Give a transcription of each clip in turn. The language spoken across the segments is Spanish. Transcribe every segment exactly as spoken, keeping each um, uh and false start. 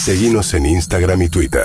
Seguinos en Instagram y Twitter.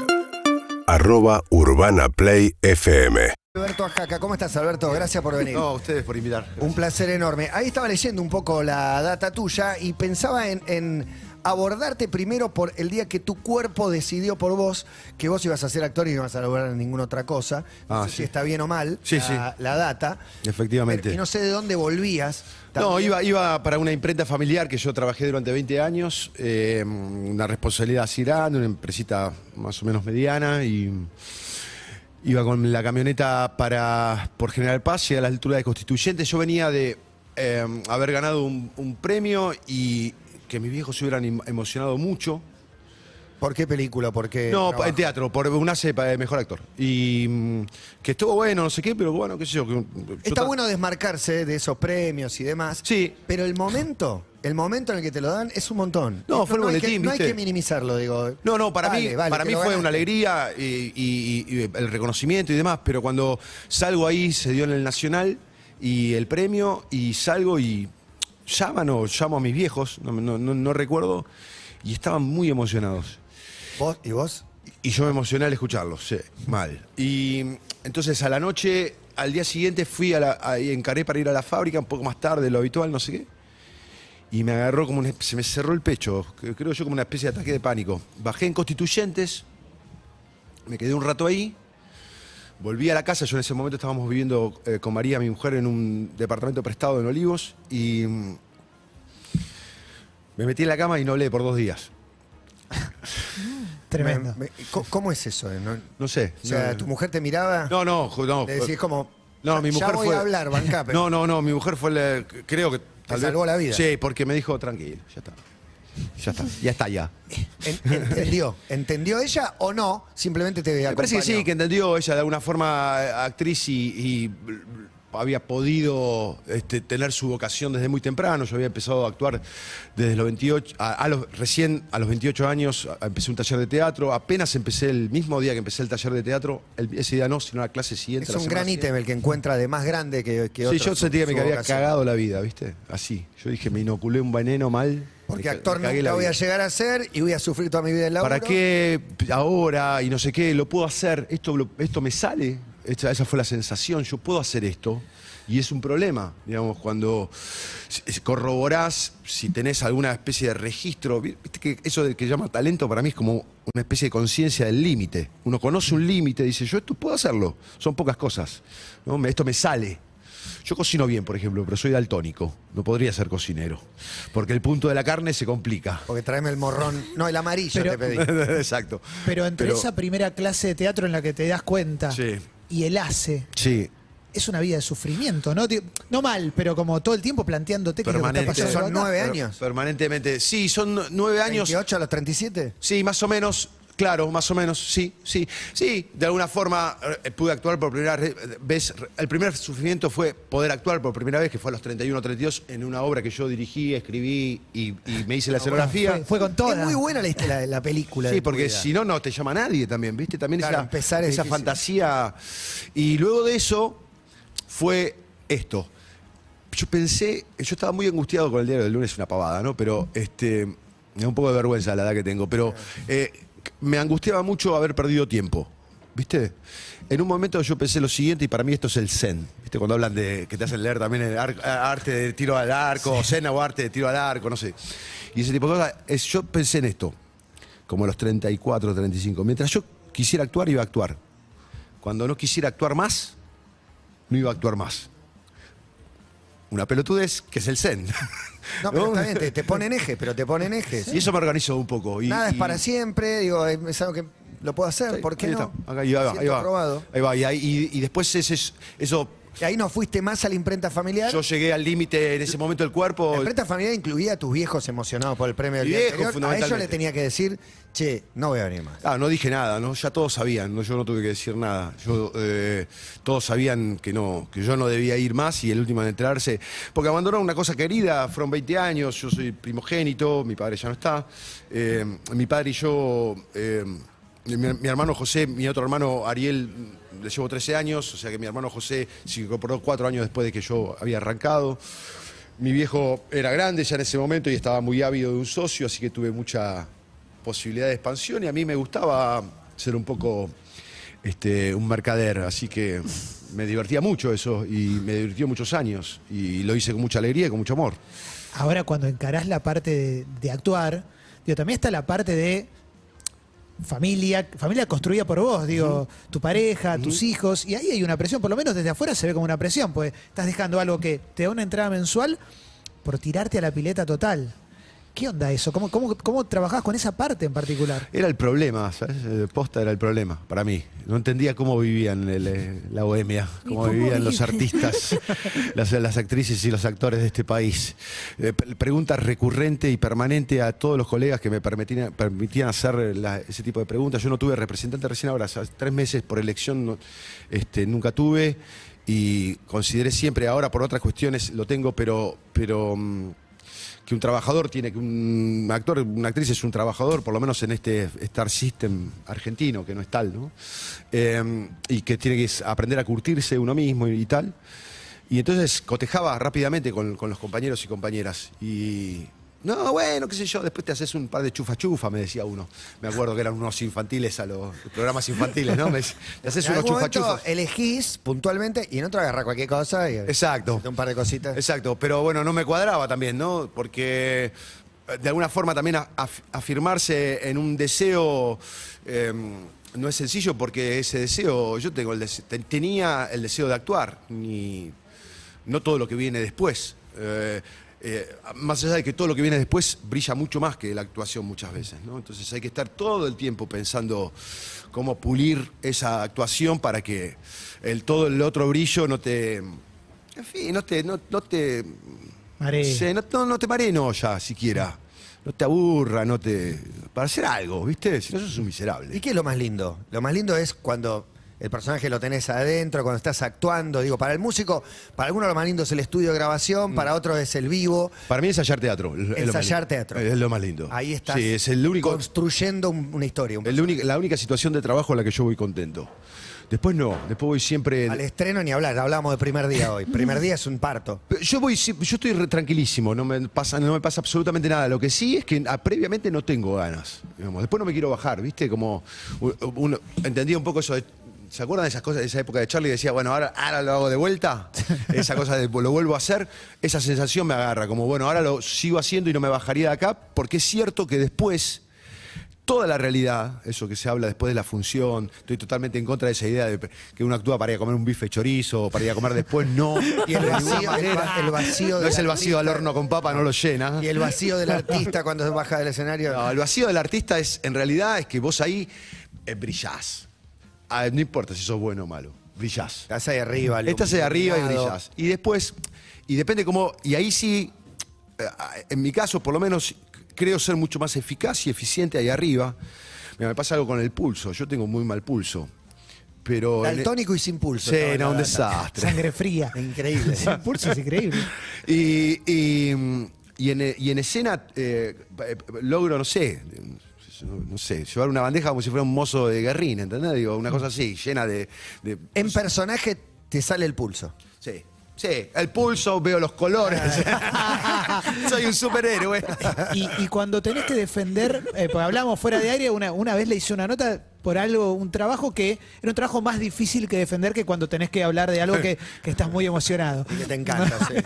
Arroba Urbana Play F M. Alberto Ajaca, ¿cómo estás, Alberto? Gracias por venir. No, a ustedes por invitar. Gracias. Un placer enorme. Ahí estaba leyendo un poco la data tuya y pensaba en, en abordarte primero por el día que tu cuerpo decidió por vos que vos ibas a ser actor y no ibas a lograr ninguna otra cosa. No Ah, sé sí. si está bien o mal Sí, la, sí. la data. Efectivamente. Y no sé de dónde volvías. No, también. iba, iba para una imprenta familiar que yo trabajé durante veinte años, eh, una responsabilidad así grande, una empresita más o menos mediana, y iba con la camioneta para por General Paz, llegué a la altura de Constituyentes. Yo venía de eh, haber ganado un, un premio y que mis viejos se hubieran em- emocionado mucho. ¿Por qué película? ¿Por qué No, trabajo? en teatro, por una cepa de mejor actor. Y mm, que estuvo bueno, no sé qué, pero bueno, qué sé yo. que- yo Está tra- bueno desmarcarse de esos premios y demás. Sí. Pero el momento, el momento en el que te lo dan es un montón. No, fue el hay que, boletín, no hay ¿viste? que minimizarlo, digo. No, no, para Vale, mí, vale, para te mí lo fue ganaste. una alegría y, y- y- y el reconocimiento y demás, pero cuando salgo ahí, se dio en el Nacional y el premio, y salgo y llaman o llamo a mis viejos, no, no, no, no recuerdo, y estaban muy emocionados. ¿Vos? ¿Y vos? Y yo me emocioné al escucharlos, sí, mal. Y entonces a la noche, al día siguiente fui a la, a- y encaré para ir a la fábrica, un poco más tarde de lo habitual, no sé qué. Y me agarró como una, se me cerró el pecho, que- creo yo como una especie de ataque de pánico. Bajé en Constituyentes, me quedé un rato ahí, volví a la casa, yo en ese momento estábamos viviendo eh, con María, mi mujer, en un departamento prestado en Olivos, y mm, me metí en la cama y no hablé por dos días. Tremendo. Me- me- ¿cómo, cómo es eso? eh? ¿No? No sé. O sea, no, ¿tu mujer te miraba? no, no, no. Le decís como, No, mi ya mujer voy fue. a hablar, bancá, pero- No, no, no, mi mujer fue la. Creo que. Te salvó la vida. Sí, porque me dijo, tranquilo, ya está. Ya está, ya está, ya. En- ¿Entendió? ¿Entendió ella o no? Simplemente te Me parece que acompañó. sí, que entendió ella de alguna forma, eh, actriz, y, y había podido este, tener su vocación desde muy temprano. Yo había empezado a actuar desde los veintiocho, a, a los, recién a los veintiocho años a- empecé un taller de teatro. Apenas empecé el mismo día que empecé el taller de teatro, el- ese día no, sino la clase siguiente. Es la un semana gran ítem siguiente. el que encuentra de más grande que, que Sí, otros. yo sentía que su me había vocación. cagado la vida, ¿viste? Así. Yo dije, me inoculé un veneno mal. Porque me ca- actor me cagué nunca la voy a vida. llegar a ser y voy a sufrir toda mi vida en la ¿Para qué ahora y no sé qué? Lo puedo hacer. Esto, lo- esto me sale. Esa, esa fue la sensación. Yo puedo hacer esto. Y es un problema, digamos, cuando si- corroborás, si tenés alguna especie de registro. Viste que eso de que llama talento para mí es como una especie de conciencia del límite. Uno conoce un límite y dice, yo esto puedo hacerlo. Son pocas cosas, ¿no? Me- Esto me sale. Yo cocino bien, por ejemplo, pero soy daltónico. No podría ser cocinero. Porque el punto de la carne se complica. Porque tráeme el morrón. No, el amarillo Pero- te pedí. Exacto. Pero entre Pero- esa primera clase de teatro en la que te das cuenta Sí. y el hace, Sí. es una vida de sufrimiento, ¿no? Digo, no mal, pero como todo el tiempo planteándote que es lo que está Permanente. pasando Son acá. nueve Per- años. Permanentemente. Sí, son nueve años. ¿veintiocho a los treinta y siete? Sí, más o menos. Claro, más o menos, sí, sí. Sí, de alguna forma eh, pude actuar por primera re- vez. El primer sufrimiento fue poder actuar por primera vez, que fue a los treinta y uno, treinta y dos, en una obra que yo dirigí, escribí y, y me hice la escenografía. Fue, fue con toda. Es muy buena la, la, la película. Sí, de tu porque vida. si no, no te llama nadie también, ¿viste? También Claro, esa, empezar es esa difícil. fantasía. Y luego de eso fue esto. Yo pensé, yo estaba muy angustiado con el diario del lunes, una pavada, ¿no? Pero este, me da un poco de vergüenza la edad que tengo, pero eh, me angustiaba mucho haber perdido tiempo, ¿viste? En un momento yo pensé lo siguiente, y para mí esto es el zen, ¿viste? Cuando hablan de que te hacen leer también el ar- arte de tiro al arco, zen o arte de tiro al arco, no sé. Y ese tipo de cosas, es, yo pensé en esto, como a los treinta y cuatro, treinta y cinco. Mientras yo quisiera actuar, iba a actuar. Cuando no quisiera actuar más, no iba a actuar más. Una pelotudez que es el zen. No, pero ¿no? está bien, te, te ponen ejes, pero te ponen ejes. Y eso me organizó un poco. Y, Nada es y- para siempre, digo, es algo que lo puedo hacer, Sí, ¿por qué ahí no? está. Acá, ahí va, ahí Siento va. probado. Ahí va. Y, ahí- y- y después ese es- eso, Y ahí no fuiste más a la imprenta familiar. yo llegué al límite en ese momento del La cuerpo. imprenta familiar incluía a tus viejos emocionados por el premio del Mi día viejo, anterior. A ellos fundamentalmente. le tenía que decir, che, no voy a venir más. Ah, no dije nada, ¿no? Ya todos sabían, ¿no? Yo no tuve que decir nada. Yo, eh, todos sabían que no, que yo no debía ir más, y el último en enterarse. Porque abandonaron una cosa querida, fueron veinte años, yo soy primogénito, mi padre ya no está. Eh, mi padre y yo, eh, mi, mi hermano José, mi otro hermano Ariel, le llevo trece años, o sea que mi hermano José se incorporó cuatro años después de que yo había arrancado. Mi viejo era grande ya en ese momento y estaba muy ávido de un socio, así que tuve mucha posibilidad de expansión y a mí me gustaba ser un poco este, un mercader, así que me divertía mucho eso y me divirtió muchos años y lo hice con mucha alegría y con mucho amor. Ahora cuando encarás la parte de, de actuar, digo, también está la parte de familia, familia construida por vos, digo, uh-huh. tu pareja, uh-huh. tus hijos, y ahí hay una presión, por lo menos desde afuera se ve como una presión, pues estás dejando algo que te da una entrada mensual por tirarte a la pileta total. ¿Qué onda eso? ¿Cómo, cómo, cómo trabajabas con esa parte en particular? Era el problema, ¿sabes? El posta era el problema para mí. No entendía cómo vivían el, la bohemia, cómo, cómo vivían vive? los artistas, las, las actrices y los actores de este país. Eh, pregunta recurrente y permanente a todos los colegas que me permitían, permitían hacer la, ese tipo de preguntas. Yo no tuve representante recién ahora, hace tres meses por elección no, este, nunca tuve y consideré siempre, ahora por otras cuestiones lo tengo, pero... pero que un trabajador tiene que un actor, una actriz es un trabajador, por lo menos en este Star System argentino, que no es tal, ¿no? Eh, y que tiene que aprender a curtirse uno mismo y, y tal. Y entonces cotejaba rápidamente con, con los compañeros y compañeras. Y no, bueno, qué sé yo, después te haces un par de chufa-chufa, me decía uno. Me acuerdo que eran unos infantiles a los programas infantiles, ¿no? Me, te haces unos chufa-chufas. Elegís puntualmente y en otro agarrás cualquier cosa y exacto. un par de cositas. Exacto, pero bueno, no me cuadraba también, ¿no? Porque de alguna forma también af afirmarse en un deseo eh, no es sencillo porque ese deseo, yo tengo el deseo, tenía el deseo de actuar, ni, no todo lo que viene después. Eh, Eh, más allá de que todo lo que viene después brilla mucho más que la actuación muchas veces, ¿no? Entonces hay que estar todo el tiempo pensando cómo pulir esa actuación para que el, todo el otro brillo no te... En fin, no te... No, no te maree. No, no, no te maree, no, ya, siquiera. No te aburra, no te... Para hacer algo, ¿viste? Si no, sos un miserable. ¿Y qué es lo más lindo? Lo más lindo es cuando... el personaje lo tenés adentro, cuando estás actuando. Digo, para el músico, para algunos lo más lindo es el estudio de grabación, mm. para otros es el vivo. Para mí ensayar teatro. Es ensayar teatro. Es lo más lindo. Ahí estás sí, es el único, construyendo un, una historia. Un el único, la única situación de trabajo en la que yo voy contento. Después no, después voy siempre... Al estreno ni hablar, hablábamos de primer día hoy. Primer día es un parto. Yo voy, yo estoy re tranquilísimo, no me, pasa, no me pasa absolutamente nada. Lo que sí es que a, previamente no tengo ganas. Digamos. Después no me quiero bajar, ¿viste? Como uno, entendía un poco eso de... ¿Se acuerdan de esas cosas de esa época de Charlie? Decía, bueno, ahora, ahora lo hago de vuelta. Esa cosa de lo vuelvo a hacer. Esa sensación me agarra. Como, bueno, ahora lo sigo haciendo y no me bajaría de acá. Porque es cierto que después, toda la realidad, eso que se habla después de la función, estoy totalmente en contra de esa idea de que uno actúa para ir a comer un bife chorizo o para ir a comer después. No. Y el vacío, el, el vacío no es el vacío al horno con papa, no lo llena. Y el vacío del artista cuando se baja del escenario. No, el vacío del artista es, en realidad, es que vos ahí eh, brillás. Ah, no importa si sos bueno o malo, brillás. Estás ahí arriba. Estás ahí arriba y brillás. Y después, y depende cómo, y ahí sí, en mi caso por lo menos, creo ser mucho más eficaz y eficiente ahí arriba. Mira, me pasa algo con el pulso, yo tengo muy mal pulso. Pero daltónico el... y sin pulso. Sí, no, un desastre. Sangre fría. Increíble. Sin pulso es increíble. Y, y, y, en, y en escena eh, logro, no sé... No, no sé, llevar una bandeja como si fuera un mozo de guerrín, ¿entendés? Digo, una cosa así, llena de... de en personaje te sale el pulso. Sí, sí, el pulso, veo los colores. Soy un superhéroe. Y, y cuando tenés que defender, eh, porque hablamos fuera de aire, una, una vez le hice una nota por algo, un trabajo que era un trabajo más difícil que defender que cuando tenés que hablar de algo que, que estás muy emocionado. Y que te encanta, sí.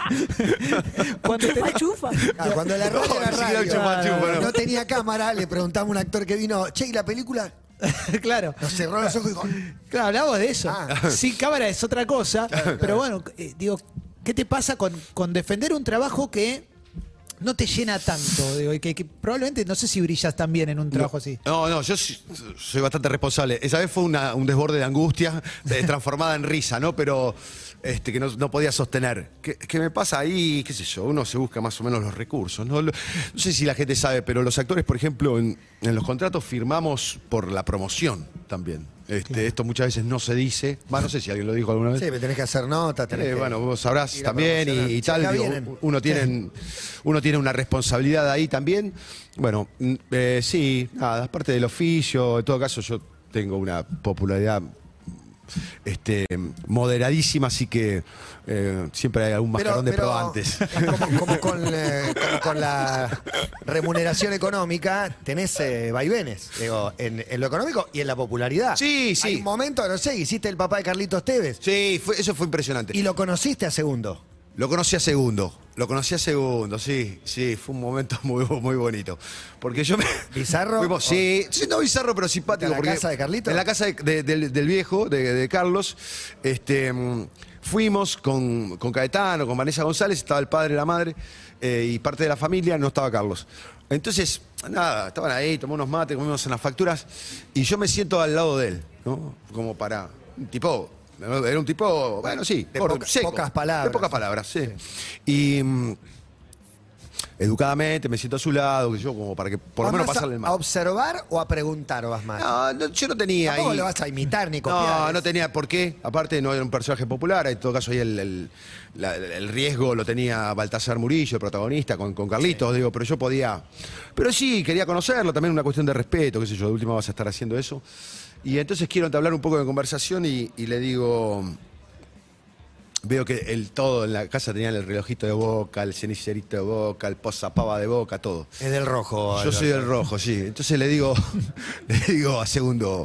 Cuando tenés chufa. Claro, cuando la radio, no, la radio chufa, chufa, no. no tenía cámara, le preguntamos a un actor que vino, che, ¿y la película? Claro. Nos cerró los ojos y dijo... Claro, hablamos de eso. Ah. Sí, cámara es otra cosa, pero bueno, eh, digo, ¿qué te pasa con, con defender un trabajo que no te llena tanto? Digo, y que, que probablemente, no sé si brillas tan bien en un trabajo no, así. No, no, yo soy bastante responsable. Esa vez fue una, un desborde de angustia de, transformada en risa, ¿no? Pero este, que no, no podía sostener. ¿Qué, ¿Qué me pasa ahí? ¿Qué sé yo? Uno se busca más o menos los recursos, ¿no? No sé si la gente sabe, pero los actores, por ejemplo, en, en los contratos firmamos por la promoción también. Este, claro. Esto muchas veces no se dice. Bah, no sé si alguien lo dijo alguna vez. Sí, me tenés que hacer nota. Eh, bueno, vos sabrás también y, y tal. Digo, uno, tiene, uno tiene una responsabilidad ahí también. Bueno, eh, sí, nada, es parte del oficio. En todo caso, yo tengo una popularidad este, moderadísima, así que eh, siempre hay algún mascarón de pro antes. Como, como con, eh, como con la remuneración económica, tenés eh, vaivenes, digo, en, en lo económico y en la popularidad. Sí, sí. Hay un momento, no sé, hiciste el papá de Carlitos Tevez. Sí, fue, eso fue impresionante. Y lo conociste a Segundo. Lo conocí a Segundo, lo conocí a Segundo, sí, sí, fue un momento muy, muy bonito. Porque yo me... ¿Bizarro? Fuimos, sí, sí, no bizarro, pero simpático. ¿En la porque casa de Carlitos? En la casa de- de- del, del viejo, de, de Carlos. Este, mm, fuimos con, con Caetano, con Vanessa González, estaba el padre y la madre, eh, y parte de la familia, no estaba Carlos. Entonces, nada, estaban ahí, tomamos unos mates, comimos unas facturas, y yo me siento al lado de él, ¿no? Como para, un tipo... Era un tipo, bueno, sí, De corto, poca- seco, pocas palabras. De pocas palabras, sí. Y mm, educadamente me siento a su lado, que yo, como para que por lo ¿Vas menos más pasarle el a, mal. a observar o a preguntar vas más? No, no, yo no tenía Tampoco ahí. lo vas a imitar ni copiar. No, es- no tenía por qué. Aparte, no era un personaje popular. En todo caso, ahí el, el- la- el riesgo lo tenía Baltasar Murillo, el protagonista, con, con Carlitos, digo, pero yo podía. Pero sí, quería conocerlo, también una cuestión de respeto, qué sé yo, de última vas a estar haciendo eso. Y entonces quiero entablar un poco de conversación y, y le digo. Veo que el todo en la casa tenían el relojito de Boca, el cenicerito de Boca, el posapava de Boca, todo. Es del rojo. Yo Alberto. soy del rojo, sí. Entonces le digo, le digo a Segundo,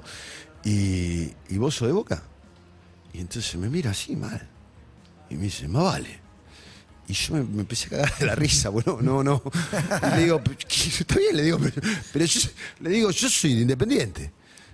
¿y, ¿y vos sos de Boca? Y entonces me mira así mal. Y me dice, más vale. Y yo me, me empecé a cagar de la risa, bueno, no, no. Y le digo, está bien, le digo, pero, pero yo, le digo, yo soy de Independiente.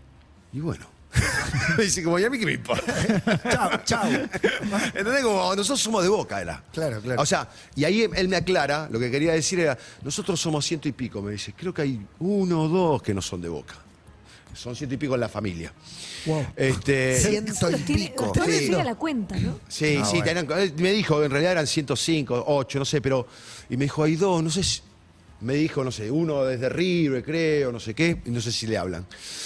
Y bueno. Me dice, como, ¿y a mí qué me importa? Chau, chau. ¿Entendés? Como nosotros somos de Boca, era. Claro, claro. O sea, y ahí él me aclara, lo que quería decir era, nosotros somos ciento y pico, me dice, creo que hay uno o dos que no son de Boca. Son ciento y pico en la familia. Wow. Este, Ciento y Tiene- pico. usted Sí. llega a la cuenta, ¿no? sí, Ah, sí, bueno. tenían- él me dijo, en realidad eran ciento cinco, ocho, no sé, pero, y me dijo, hay dos, no sé si, me dijo, no sé, uno desde River, creo, no sé qué, y no sé si le hablan.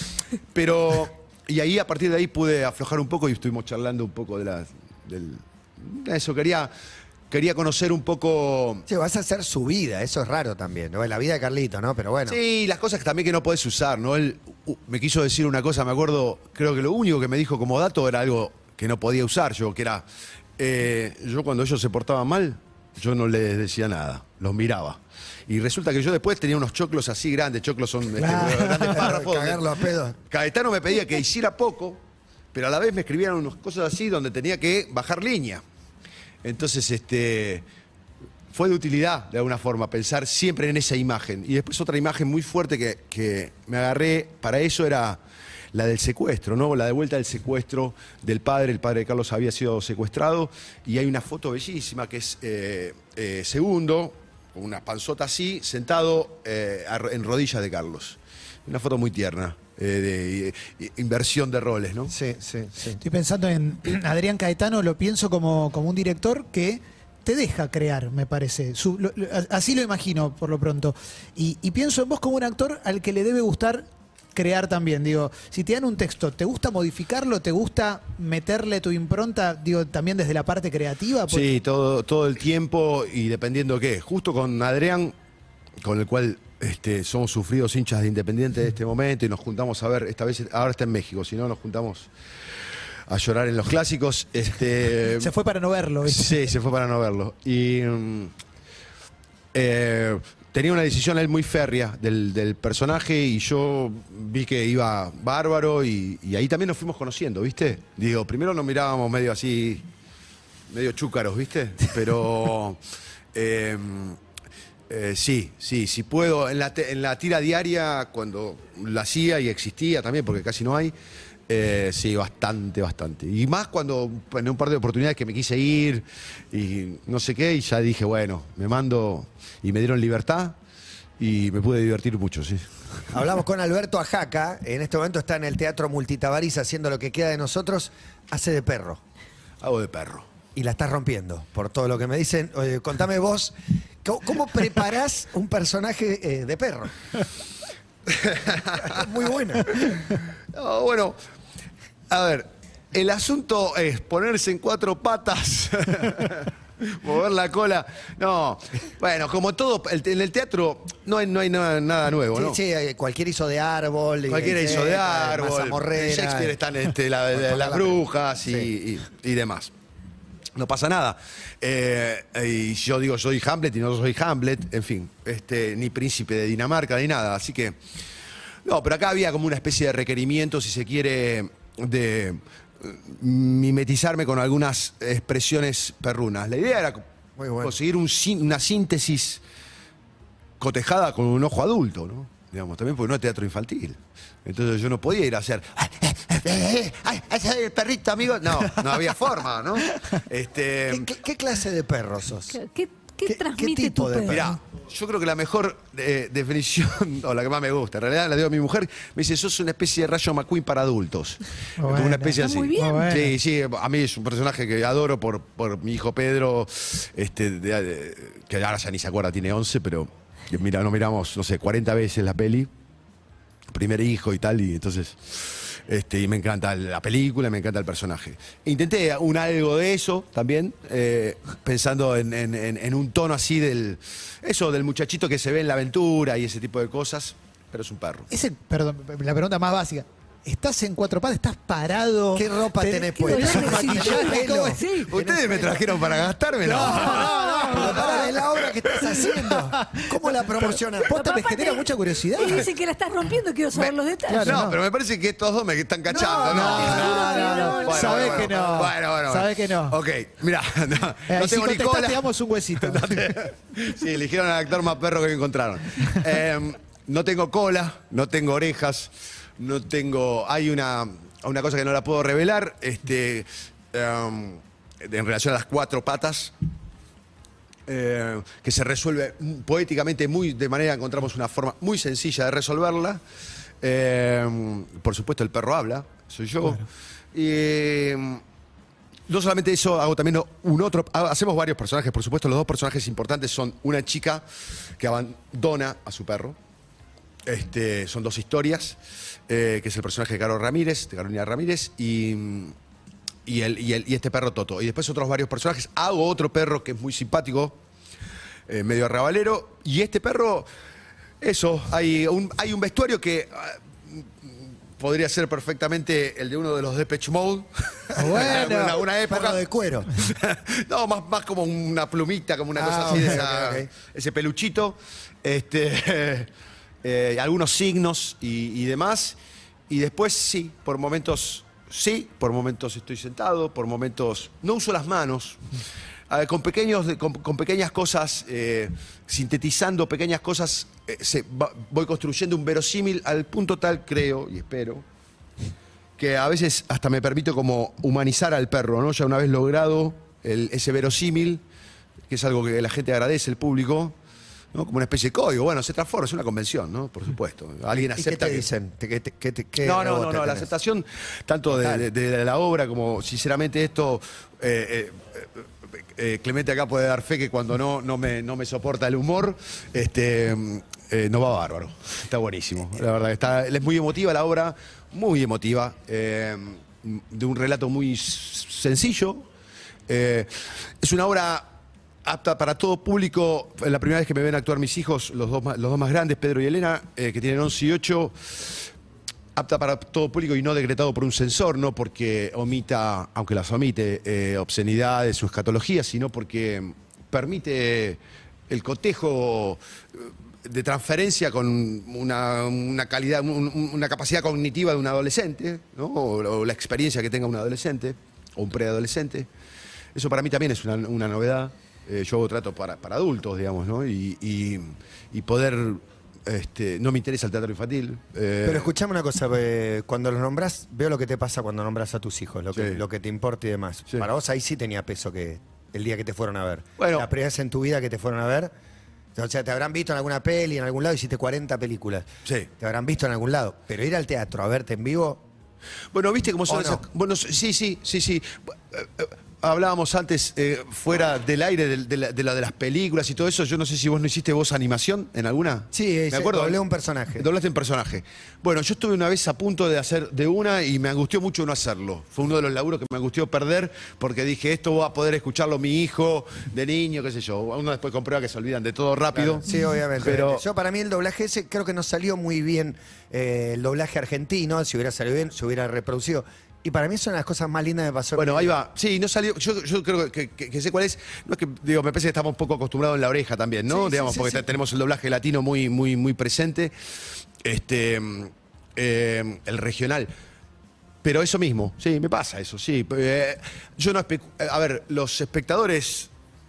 Pero... Y ahí, a partir de ahí, pude aflojar un poco y estuvimos charlando un poco de la, del... Eso, quería, quería conocer un poco... Sí, vas a hacer su vida, eso es raro también, ¿no? La vida de Carlito, ¿no? Pero bueno. Sí, las cosas que también que no podés usar, ¿no? Él uh, me quiso decir una cosa, me acuerdo, creo que lo único que me dijo como dato era algo que no podía usar yo, que era, eh, yo cuando ellos se portaban mal, yo no les decía nada, los miraba. Y resulta que yo después tenía unos choclos así grandes, choclos son este, Claro. grandes párrafos. Cagarlo a pedos. Caetano me pedía que hiciera poco, pero a la vez me escribían unas cosas así donde tenía que bajar línea. Entonces, este, fue de utilidad, de alguna forma, pensar siempre en esa imagen. Y después otra imagen muy fuerte que, que me agarré para eso era la del secuestro, ¿no? La de vuelta del secuestro del padre. El padre de Carlos había sido secuestrado y hay una foto bellísima que es eh, eh, Segundo, con una panzota así, sentado eh, a- en rodillas de Carlos. Una foto muy tierna, eh, de eh, inversión de roles, ¿no? Sí, sí, sí. Estoy pensando en Adrián Caetano, lo pienso como, como un director que te deja crear, me parece. Su- lo- lo- así lo imagino, por lo pronto. Y, y pienso en vos como un actor al que le debe gustar crear también. Digo, si te dan un texto, ¿te gusta modificarlo? ¿Te gusta meterle tu impronta, digo, también desde la parte creativa? Porque- Sí, todo, todo el tiempo y dependiendo qué. Justo con Adrián, con el cual este, somos sufridos hinchas de Independiente de este momento y nos juntamos a ver, esta vez, ahora está en México, si no nos juntamos a llorar en los clásicos. Este, Se fue para no verlo, ¿viste? Sí, se fue para no verlo. Y mm, eh, tenía una decisión él muy férrea del, del personaje y yo vi que iba bárbaro y, y ahí también nos fuimos conociendo, ¿viste? Digo, primero nos mirábamos medio así, medio chúcaros, ¿viste? Pero eh, eh, sí, sí, si puedo, en la, te- en la tira diaria, cuando la hacía y existía también, porque casi no hay, eh, sí, bastante, bastante. Y más cuando en un par de oportunidades que me quise ir y no sé qué, y ya dije, bueno, me mando y me dieron libertad y me pude divertir mucho, sí. Hablamos con Alberto Ajaca, en este momento está en el Teatro Multitabarís haciendo Lo que queda de nosotros, hace de perro. Hago de perro. Y la estás rompiendo, por todo lo que me dicen. Oye, contame vos, ¿cómo, cómo preparás un personaje eh, de perro? Muy buena. No, bueno, a ver, el asunto es ponerse en cuatro patas Mover la cola. No. Bueno, como todo, el- en el teatro no hay, no hay nada, nada nuevo, ¿no? Sí, sí, cualquiera hizo de árbol. y- Cualquiera y- hizo de eh, árbol. mazamorrera, En Shakespeare están este, la- la- Con las la- brujas y, Sí. y- y demás. No pasa nada. Eh, y yo digo, soy Hamlet y no soy Hamlet, en fin, este, ni príncipe de Dinamarca, ni nada. Así que. No, pero acá había como una especie de requerimiento, si se quiere, de eh, mimetizarme con algunas expresiones perrunas. La idea era Muy bueno. conseguir un sín- una síntesis cotejada con un ojo adulto, ¿no? Digamos, también porque no es teatro infantil. Entonces yo no podía ir a hacer. "Ay, ay, ay, ay, el perrito, amigo". No, no había forma, ¿no? Este. ¿Qué, qué- qué clase de perro sos? ¿Qué, qué, qué ¿Qué- transmite qué tipo tu de perro? Mirá, yo creo que la mejor eh, definición, o la que más me gusta, en realidad la digo a mi mujer, me dice, sos una especie de Rayo McQueen para adultos. Como Bueno. una especie Está así. muy bien. Bueno. Sí, sí, a mí es un personaje que adoro por, por mi hijo Pedro, este, de- de- que ahora ya ni se acuerda, tiene once, pero que mira, nos miramos, no sé, cuarenta veces la peli, primer hijo y tal, y entonces... Este, y me encanta la película, me encanta el personaje. Intenté un algo de eso también, eh, pensando en, en- en- en un tono así del. Eso, del muchachito que se ve en la aventura y ese tipo de cosas, pero es un perro. Ese, perdón, la pregunta más básica. ¿Estás en cuatro patas? ¿Estás parado? ¿Qué ropa Te- tenés Qué puesta? dolor de cintura, Pelo. ¿cómo así? ¿Ustedes me trajeron para gastármelo? Pero pará, es la obra que estás haciendo. ¿Cómo la promocionas? Posta me Aparte, genera mucha curiosidad. Y dice que la estás rompiendo, quiero saber los detalles. No, no. pero me parece que estos dos me están cachando, ¿no? No, no, no, no. Bueno, Sabés bueno, que no. Bueno, bueno, Sabés que no. Ok, mira, no, Eh, no y si tengo ni contestás, cola. te damos un huesito. Sí, eligieron al actor más perro que encontraron. Eh, no tengo cola, no tengo orejas, no tengo. Hay una, una cosa que no la puedo revelar, este, em, en relación a las cuatro patas, eh, que se resuelve poéticamente muy, de manera que encontramos una forma muy sencilla de resolverla. Eh, por supuesto, el perro habla, soy yo. Y. em, No solamente eso, hago también un otro. Hacemos varios personajes, por supuesto. Los dos personajes importantes son una chica que abandona a su perro. Este, son dos historias, eh, que es el personaje de Caro Ramírez, de Carolina Ramírez, y, y, el, y, el- y este perro Toto. Y después otros varios personajes. Hago otro perro que es muy simpático, eh, medio arrabalero. Y este perro, eso, hay un, hay un vestuario que ah, podría ser perfectamente el de uno de los Depeche Mode. Bueno, en alguna época. Perro de cuero. No, más, más como una plumita, como una Ah, cosa así de ok, esa- ok, ok. ese peluchito. Este, eh, algunos signos y, y demás. Y después sí, por momentos sí, por momentos estoy sentado, por momentos no uso las manos. Eh, con, pequeños, de- con, con pequeñas cosas, eh, sintetizando pequeñas cosas, eh, se va- voy construyendo un verosímil al punto tal, creo y espero, que a veces hasta me permito como humanizar al perro, ¿no? Ya una vez logrado el- ese verosímil, que es algo que la gente agradece, el público, ¿no? Como una especie de código. Bueno, se transforma, es una convención, ¿no? Por supuesto. Alguien ¿Y qué acepta te que- dicen? ¿Qué- qué- qué- qué- qué no, no, no, rebote no, la tenés? aceptación tanto de, de- de la obra como, sinceramente, esto, eh, eh, eh, Clemente acá puede dar fe que cuando no, no, me, no me soporta el humor, este, eh, no va bárbaro. Está buenísimo, la verdad. Está, es muy emotiva la obra, muy emotiva, eh, de un relato muy s- sencillo. Eh, es una obra apta para todo público. La primera vez que me ven actuar mis hijos, los dos más, los dos más grandes, Pedro y Elena, eh, que tienen once y ocho, apta para todo público y no decretado por un censor, no porque omita, aunque las omite, eh, obscenidades o escatologías, sino porque permite el cotejo eh, de transferencia con una, una calidad, un- un- una capacidad cognitiva de un adolescente, ¿no? o, o la experiencia que tenga un adolescente o un preadolescente. Eso para mí también es una, una novedad. Eh, yo hago trato para, para adultos, digamos, ¿no? Y, y- y poder... Este, no me interesa el teatro infantil. eh, Pero escuchame una cosa, eh, cuando los nombrás, veo lo que te pasa cuando nombras a tus hijos, lo que, Sí. lo que te importa y demás. Sí. Para vos ahí sí tenía peso que el día que te fueron a ver. Bueno. La primera vez en tu vida que te fueron a ver. O sea, te habrán visto en alguna peli, en algún lado, hiciste cuarenta películas. Sí. Te habrán visto en algún lado. Pero ir al teatro a verte en vivo, Bueno, viste cómo son ¿O esas. no? Bueno, sí, sí, sí, sí. Eh, eh, hablábamos antes, eh, fuera del aire, de, de, la, de, la, de las películas y todo eso. Yo no sé si vos no hiciste voz animación en alguna. Sí, me acuerdo. doblé un personaje. Doblaste un personaje. Bueno, yo estuve una vez a punto de hacer de una y me angustió mucho no hacerlo. Fue uno de los laburos que me angustió perder porque dije, esto va a poder escucharlo mi hijo de niño, qué sé yo. Uno después comprueba que se olvidan de todo rápido. Claro, sí, obviamente. Pero yo para mí el doblaje ese creo que no salió muy bien, eh, el doblaje argentino. Si hubiera salido bien, se hubiera reproducido. Y para mí son las cosas más lindas que me pasó. bueno, ahí va. Sí, no salió. Yo, yo creo que, que, que sé cuál es. No es que, digo, me parece que estamos un poco acostumbrados en la oreja también, ¿no? Sí, Digamos, sí, sí, porque sí. tenemos el doblaje latino muy, muy, muy presente. Este, eh, el regional. Pero eso mismo, sí, me pasa eso, sí. Eh, yo no especu- A ver, los espectadores.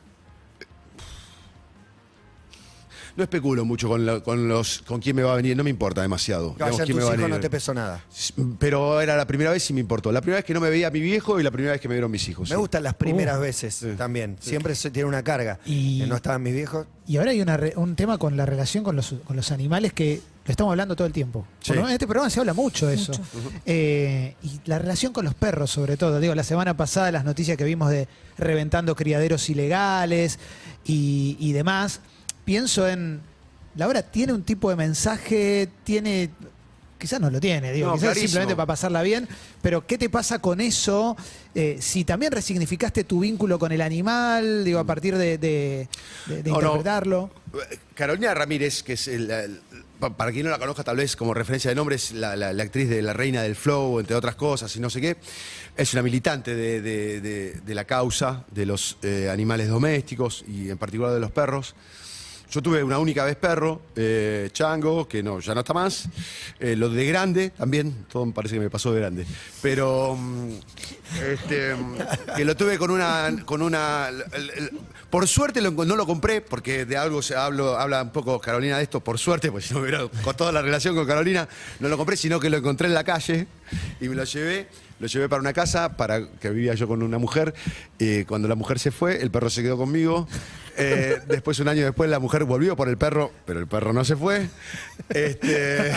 No especulo mucho con, la- con los con quién me va a venir, no me importa demasiado. Que vayan quién tus me va a hijos venir. no te pesó nada. Pero era la primera vez y me importó. La primera vez que no me veía mi viejo y la primera vez que me vieron mis hijos. Me sí. gustan las primeras veces también. Siempre se tiene una carga. Y- Que no estaban mis viejos. Y ahora hay una re- un tema con la relación con los, con los animales que lo estamos hablando todo el tiempo. Sí. Por lo menos en este programa se habla mucho de eso. Mucho. Eh, y la relación con los perros, sobre todo. Digo, la semana pasada las noticias que vimos de reventando criaderos ilegales y, y demás. Pienso en. Laura tiene un tipo de mensaje, tiene. Quizás no lo tiene, digo, No, quizás es clarísimo. simplemente para pasarla bien, pero ¿qué te pasa con eso? Eh, si también resignificaste tu vínculo con el animal, digo, a partir de, de- de- de No, no. interpretarlo. Carolina Ramírez, que es el, el- pa- para quien no la conozca, tal vez como referencia de nombre, es la, la- la actriz de La Reina del Flow, entre otras cosas, y no sé qué. Es una militante de, de- de- de la causa de los eh, animales domésticos y en particular de los perros. Yo tuve una única vez perro, eh, Chango, que no, ya no está más. Eh, lo de grande también, todo me parece que me pasó de grande. Pero mm, este, mm, que lo tuve con una. Con una el- el- por suerte lo- no lo compré, porque de algo se hablo, habla un poco Carolina de esto, por suerte, porque si no hubiera con toda la relación con Carolina, no lo compré, sino que lo encontré en la calle y me lo llevé. Lo llevé para una casa, para que vivía yo con una mujer. Eh, cuando la mujer se fue, el perro se quedó conmigo. Eh, después, un año después, la mujer volvió por el perro, pero el perro no se fue. Este...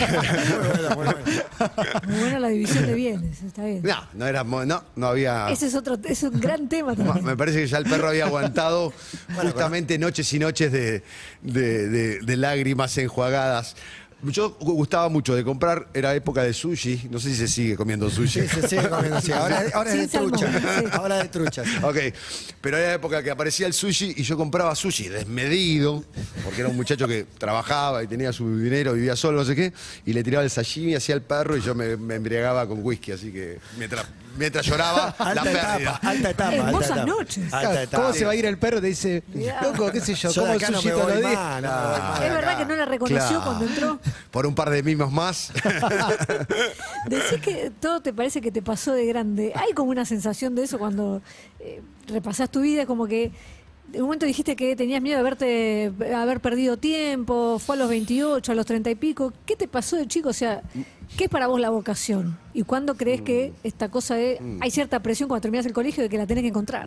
Muy buena la división de bienes, está bien. No, no era, mo- no, no había. Ese es otro, es un gran tema Ma- también. Me parece que ya el perro había aguantado justamente noches y noches de, de- de- de lágrimas enjuagadas. Yo gustaba mucho de comprar, era época de sushi, no sé si se sigue comiendo sushi. Sí, se sigue comiendo. Sí. Ahora, ahora es de Sin salmón, trucha. sí. Ahora de trucha. sí. Ok, pero era época que aparecía el sushi y yo compraba sushi desmedido, porque era un muchacho que trabajaba y tenía su dinero, vivía solo, no sé qué, y le tiraba el sashimi hacia el perro y yo me, me embriagaba con whisky, así que mientras, mientras lloraba, la Alta pérdida. etapa, alta etapa. alta Hermosas etapa. noches. Alta etapa. ¿Cómo se va a ir el perro? Te dice, Cuidado. loco, qué sé yo, Yo de como acá no sushi me todos voy los días. más, no me voy más de Es verdad acá. que no la reconoció Claro. cuando entró. Por un par de mimos más. Decís que todo te parece que te pasó de grande. Hay como una sensación de eso cuando eh, repasás tu vida, como que en un momento dijiste que tenías miedo de haberte, haber perdido tiempo, fue a los veintiocho, a los treinta y pico. ¿Qué te pasó de chico? O sea, ¿qué es para vos la vocación? ¿Y cuándo crees que esta cosa de... Hay cierta presión cuando terminas el colegio de que la tenés que encontrar?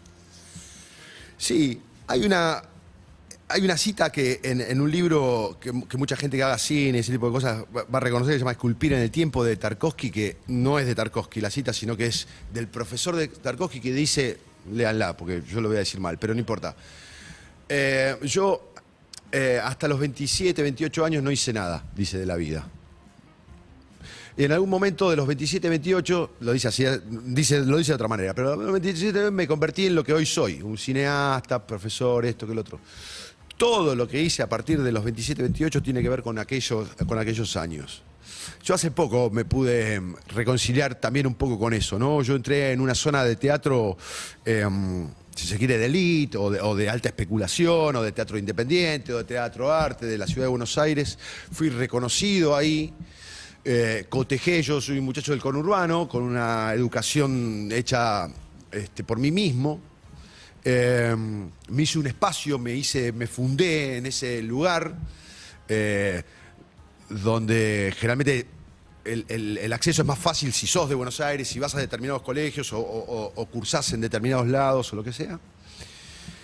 Sí, hay una, hay una cita que en, en un libro que, que mucha gente que haga cine, ese tipo de cosas, va va a reconocer, que se llama Esculpir en el tiempo, de Tarkovsky, que no es de Tarkovsky la cita, sino que es del profesor de Tarkovsky, que dice, léanla, porque yo lo voy a decir mal, pero no importa. Eh, yo eh, hasta los veintisiete, veintiocho años no hice nada, dice, de la vida. Y en algún momento de los veintisiete, veintiocho, lo dice así, dice, lo dice de otra manera, pero a los veintisiete me convertí en lo que hoy soy, un cineasta, profesor, esto que el otro. Todo lo que hice a partir de los veintisiete, veintiocho tiene que ver con aquellos, con aquellos años. Yo hace poco me pude reconciliar también un poco con eso, ¿no? Yo entré en una zona de teatro, eh, si se quiere, de elite, o de, o de alta especulación, o de teatro independiente, o de teatro arte de la ciudad de Buenos Aires. Fui reconocido ahí. Eh, cotejé, yo soy un muchacho del conurbano, con una educación hecha este, por mí mismo. Eh, me hice un espacio, me hice, me fundé en ese lugar, eh, donde generalmente el, el- el acceso es más fácil si sos de Buenos Aires, si vas a determinados colegios o, o- o cursás en determinados lados o lo que sea.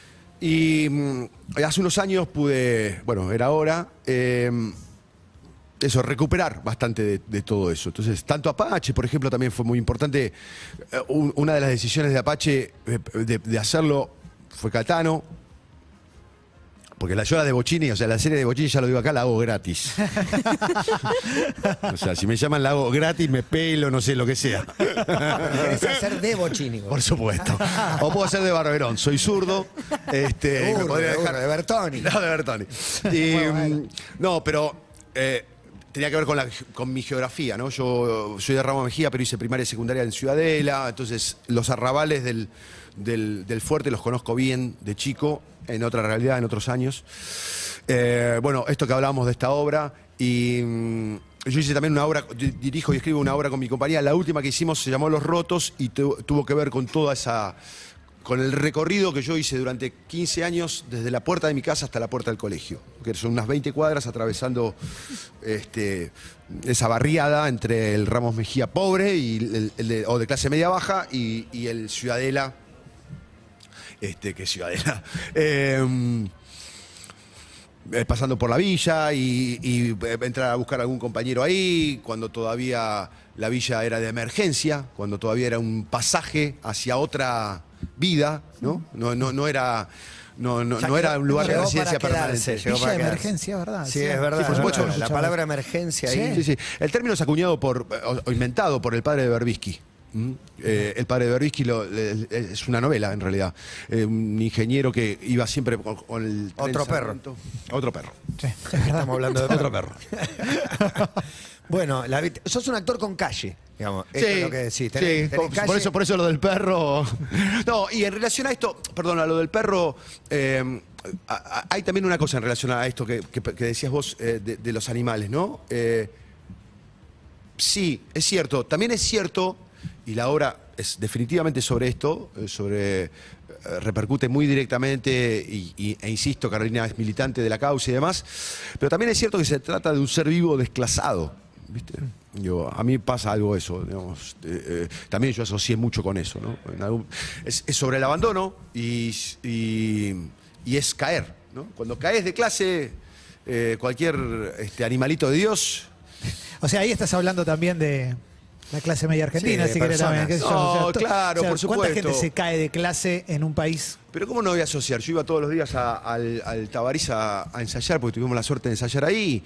Y mm, hace unos años pude, bueno, era ahora, eh, eso, recuperar bastante de, de todo eso. Entonces, tanto Apache, por ejemplo, también fue muy importante. Eh, un, una de las decisiones de Apache eh, de, de hacerlo fue Catano. Porque la yola de Bocchini, o sea, la serie de Bocchini, ya lo digo acá, la hago gratis. O sea, si me llaman, la hago gratis, me pelo, no sé, lo que sea. Querés hacer de Bocchini. Por supuesto. O puedo hacer de Barberón. Soy zurdo. Este, y me Seguro, podría seguro, dejar... de Bertoni. No, de Bertoni. Y, mm, no, pero eh, tenía que ver con, la, con mi geografía, ¿no? Yo soy de Ramos Mejía, pero hice primaria y secundaria en Ciudadela. Entonces, los arrabales del, del, del fuerte los conozco bien de chico, en otra realidad, en otros años. Eh, bueno, esto que hablábamos de esta obra, y mm, yo hice también una obra, dirijo y escribo una obra con mi compañía. La última que hicimos se llamó Los Rotos y tu, tuvo que ver con toda esa, con el recorrido que yo hice durante quince años, desde la puerta de mi casa hasta la puerta del colegio, que son unas veinte cuadras atravesando este, esa barriada entre el Ramos Mejía pobre y el, el de, o de clase media baja y, y el Ciudadela. Este, que Ciudadela, eh, eh, pasando por la villa y, y entrar a buscar a algún compañero ahí, cuando todavía la villa era de emergencia, cuando todavía era un pasaje hacia otra vida, ¿no? No, no, no era... No, no, no era un lugar de Llegó residencia para quedarse, permanente. llegó Villa para de quedarse. emergencia, ¿verdad? Sí, es verdad. Sí, por supuesto. La palabra emergencia ahí. Sí, sí. El término es acuñado por, o, o inventado por el padre de Berbisky. ¿Mm? Eh, el padre de Berbisky lo- le- es una novela, en realidad. Eh, un ingeniero que iba siempre con, con el... tren Otro perro. Sarmiento. Otro perro. Sí, es verdad. Estamos hablando de Otro perro. Bueno, la, vit- sos un actor con calle, digamos. Esto es lo que decís. sí, Tenés- tenés por, calle. por eso, por eso lo del perro. No, y en relación a esto, perdón, a lo del perro, eh, a- a- hay también una cosa en relación a esto que, que- que decías vos eh, de, de los animales, ¿no? Eh, sí, es cierto. También es cierto, y la obra es definitivamente sobre esto, eh, sobre... eh, repercute muy directamente y, y- e insisto, Carolina es militante de la causa y demás, pero también es cierto que se trata de un ser vivo desclasado, ¿viste? Yo, a mí pasa algo eso, digamos, eh, eh, también yo asocié mucho con eso, ¿no? En algún- es, es sobre el abandono y, y- y es caer, ¿no? Cuando caes de clase, eh, cualquier este, animalito de Dios... O sea, ahí estás hablando también de la clase media argentina, Sí, de si querés personas. también. qué sé yo, No, o sea, to- claro, por ¿Cuánta supuesto. gente se cae de clase en un país? Pero ¿cómo no voy a asociar? Yo iba todos los días a- al, al Tabarís a, a ensayar, porque tuvimos la suerte de ensayar ahí,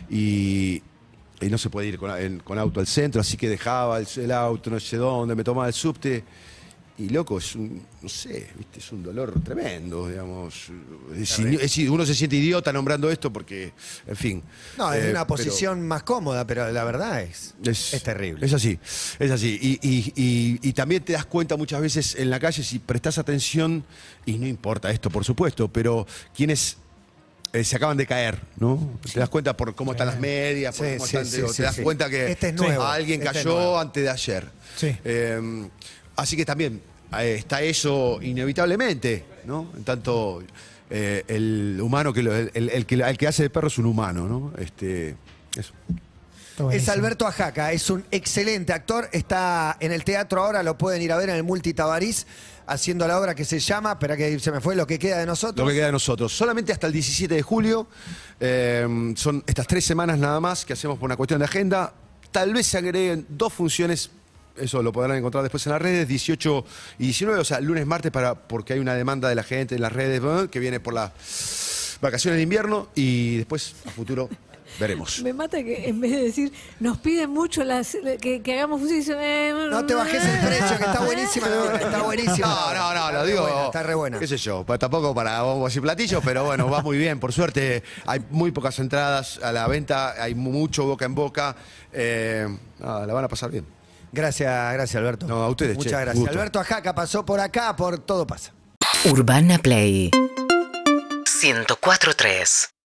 y, y no se puede ir con, en- con auto al centro, así que dejaba el, el auto, no sé dónde, me tomaba el subte, y loco, es un, no sé, ¿viste? Es un dolor tremendo, digamos. Es, es decir, uno se siente idiota nombrando esto porque, en fin. No, es eh, una pero- posición más cómoda, pero la verdad es, es, terrible. Es así, es así. Y, y- y- y también te das cuenta muchas veces en la calle, si prestás atención, y no importa esto, por supuesto, pero quienes eh, se acaban de caer, ¿no? Te das cuenta por cómo están las medias, por Sí, cómo sí, están, sí, digo, sí, te das sí. cuenta que Este es nuevo, alguien este es cayó nuevo. antes de ayer. Sí. Eh, así que también eh, está eso inevitablemente, ¿no? En tanto, eh, el humano, que lo- el, el- el que, el que hace de perro es un humano, ¿no? Este, eso. Está Es buenísimo. Alberto Ajaca, es un excelente actor, está en el teatro ahora, lo pueden ir a ver en el Multi Tabarís, haciendo la obra que se llama, espera que se me fue, Lo que queda de nosotros. Lo que queda de nosotros. Solamente hasta el diecisiete de julio. eh, son estas tres semanas nada más que hacemos por una cuestión de agenda. Tal vez se agreguen dos funciones. Eso lo podrán encontrar después en las redes, dieciocho y diecinueve, o sea, lunes, martes, para, porque hay una demanda de la gente en las redes ¿no? que viene por las vacaciones de invierno y después, a futuro, veremos. Me mata que en vez de decir, nos piden mucho las, que, que hagamos música, dicen, eh, No te bajes el precio, que está buenísima la obra, está buenísima. No, no, no, lo Está digo. re buena, está re buena. Qué sé yo, pa- tampoco para bombos y platillos, pero bueno, va muy bien. Por suerte, hay muy pocas entradas a la venta, hay mu- mucho boca en boca. Eh, nada, la van a pasar bien. Gracias, gracias Alberto. No, a ustedes, Muchas che, gracias. gusto. Alberto Ajaca pasó por acá, por Todo Pasa. Urbana Play ciento cuatro punto tres